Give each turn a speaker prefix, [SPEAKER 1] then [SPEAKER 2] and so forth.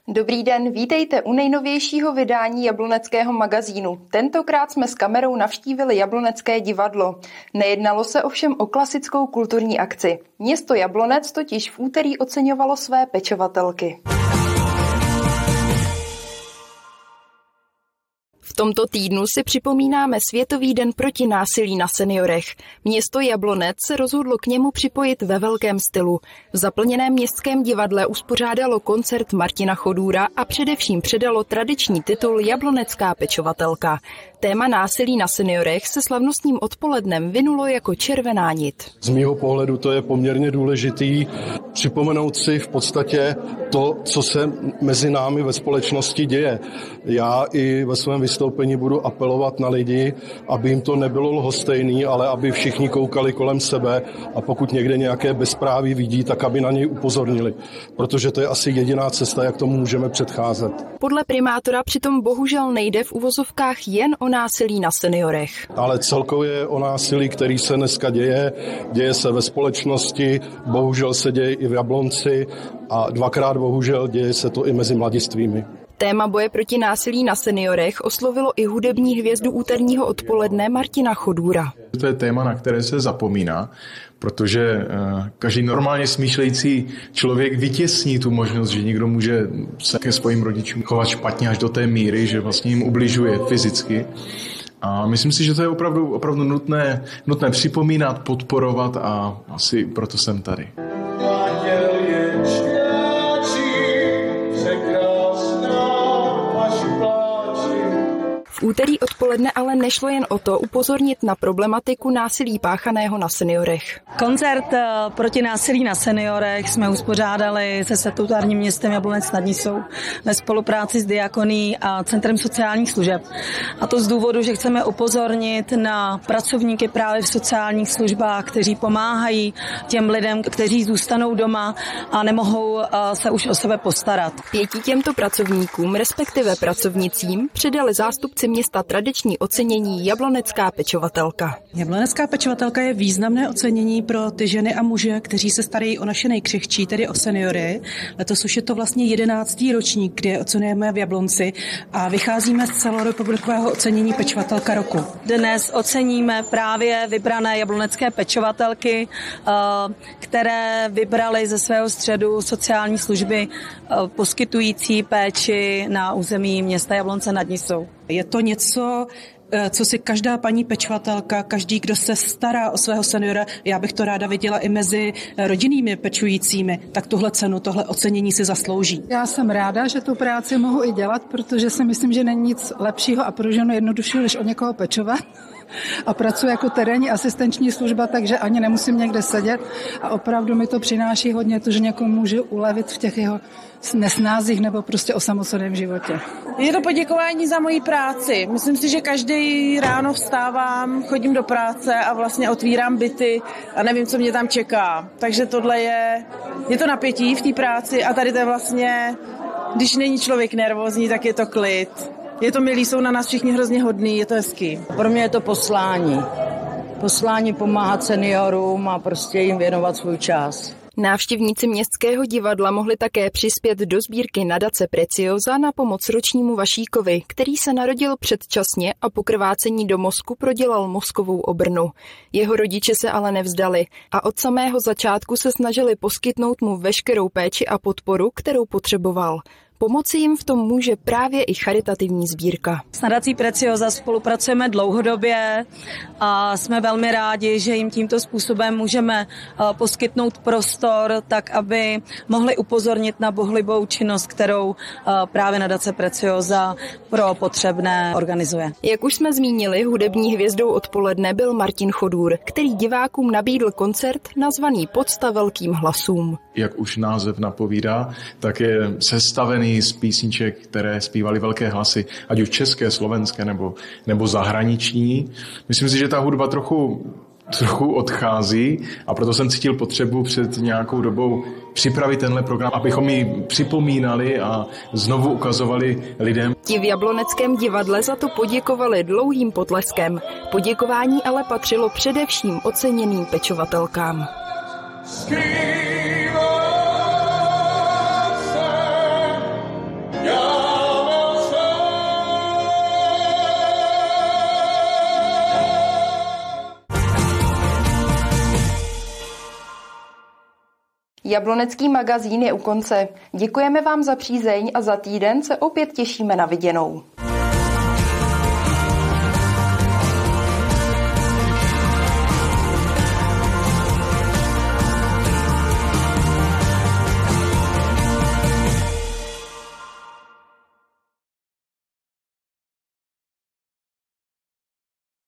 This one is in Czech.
[SPEAKER 1] Dobrý den, vítejte u nejnovějšího vydání Jabloneckého magazínu. Tentokrát jsme s kamerou navštívili Jablonecké divadlo. Nejednalo se ovšem o klasickou kulturní akci. Město Jablonec totiž v úterý oceňovalo své pečovatelky. V tomto týdnu si připomínáme Světový den proti násilí na seniorech. Město Jablonec se rozhodlo k němu připojit ve velkém stylu. V zaplněném městském divadle uspořádalo koncert Martina Chodůra a především předalo tradiční titul Jablonecká pečovatelka. Téma násilí na seniorech se slavnostním odpolednem vynulo jako červená nit.
[SPEAKER 2] Z mýho pohledu to je poměrně důležitý připomenout si v podstatě to, co se mezi námi ve společnosti děje. Já i ve svém vystoupení budu apelovat na lidi, aby jim to nebylo lhostejný, ale aby všichni koukali kolem sebe a pokud někde nějaké bezpráví vidí, tak aby na něj upozornili, protože to je asi jediná cesta, jak tomu můžeme předcházet.
[SPEAKER 1] Podle primátora přitom bohužel nejde v uvozovkách jen o násilí na seniorech.
[SPEAKER 2] Ale celkově o násilí, který se dneska děje se ve společnosti, bohužel se děje i v Jablonci a dvakrát bohužel děje se to i mezi mladistvými.
[SPEAKER 1] Téma boje proti násilí na seniorech oslovilo i hudební hvězdu úterního odpoledne Martina Chodůra.
[SPEAKER 3] To je téma, na které se zapomíná, protože každý normálně smýšlející člověk vytěsní tu možnost, že někdo může se ke svým rodičům chovat špatně až do té míry, že vlastně jim ubližuje fyzicky. A myslím si, že to je opravdu nutné připomínat, podporovat a asi proto jsem tady.
[SPEAKER 1] V úterý odpoledne ale nešlo jen o to upozornit na problematiku násilí páchaného na seniorech.
[SPEAKER 4] Koncert proti násilí na seniorech jsme uspořádali se statutárním městem Jablonec nad Nisou ve spolupráci s Diakoní a Centrem sociálních služeb. A to z důvodu, že chceme upozornit na pracovníky právě v sociálních službách, kteří pomáhají těm lidem, kteří zůstanou doma a nemohou se už o sebe postarat.
[SPEAKER 1] 5 těmto pracovníkům, respektive pracovnicím, předali zástupci města tradiční ocenění Jablonecká pečovatelka.
[SPEAKER 5] Jablonecká pečovatelka je významné ocenění pro ty ženy a muže, kteří se starají o naše nejkřehčí, tedy o seniory. Letos už je to vlastně 11. ročník, kdy oceňujeme v Jablonci a vycházíme z celorepublikového ocenění pečovatelka roku.
[SPEAKER 4] Dnes oceníme právě vybrané jablonecké pečovatelky, které vybrali ze svého středu sociální služby poskytující péči na území města Jablonce nad Nisou.
[SPEAKER 5] Je to něco, co si každá paní pečovatelka, každý, kdo se stará o svého seniora, já bych to ráda viděla i mezi rodinnými pečujícími, tak tuhle cenu, tohle ocenění si zaslouží.
[SPEAKER 6] Já jsem ráda, že tu práci mohu i dělat, protože si myslím, že není nic lepšího a pro ženu jednoduššího, než o někoho pečovat. A pracuji jako terénní asistenční služba, takže ani nemusím někde sedět a opravdu mi to přináší hodně to, že někomu můžu ulevit v těch jeho nesnázích nebo prostě osamoceném životě.
[SPEAKER 7] Je to poděkování za moji práci. Myslím si, že každý ráno vstávám, chodím do práce a vlastně otvírám byty a nevím, co mě tam čeká. Takže tohle je to napětí v té práci a tady to je vlastně, když není člověk nervózní, tak je to klid. Je to milý, jsou na nás všichni hrozně hodný, je to hezký.
[SPEAKER 8] Pro mě je to poslání. Poslání pomáhat seniorům a prostě jim věnovat svůj čas.
[SPEAKER 1] Návštěvníci městského divadla mohli také přispět do sbírky nadace Preciosa na pomoc ročnímu Vašíkovi, který se narodil předčasně a po krvácení do mozku prodělal mozkovou obrnu. Jeho rodiče se ale nevzdali a od samého začátku se snažili poskytnout mu veškerou péči a podporu, kterou potřeboval. Pomoci jim v tom může právě i charitativní sbírka.
[SPEAKER 4] S nadací Preciosa spolupracujeme dlouhodobě a jsme velmi rádi, že jim tímto způsobem můžeme poskytnout prostor, tak aby mohli upozornit na bohulibou činnost, kterou právě nadace Preciosa pro potřebné organizuje.
[SPEAKER 1] Jak už jsme zmínili, hudební hvězdou odpoledne byl Martin Chodůr, který divákům nabídl koncert nazvaný Podsta velkým hlasům.
[SPEAKER 3] Jak už název napovídá, tak je sestavený z písniček, které zpívaly velké hlasy, ať už české, slovenské nebo zahraniční. Myslím si, že ta hudba trochu odchází a proto jsem cítil potřebu před nějakou dobou připravit tenhle program, abychom ji připomínali a znovu ukazovali lidem.
[SPEAKER 1] Ti v Jabloneckém divadle za to poděkovali dlouhým potleskem. Poděkování ale patřilo především oceněným pečovatelkám. Jablonecký magazín je u konce. Děkujeme vám za přízeň a za týden se opět těšíme na viděnou.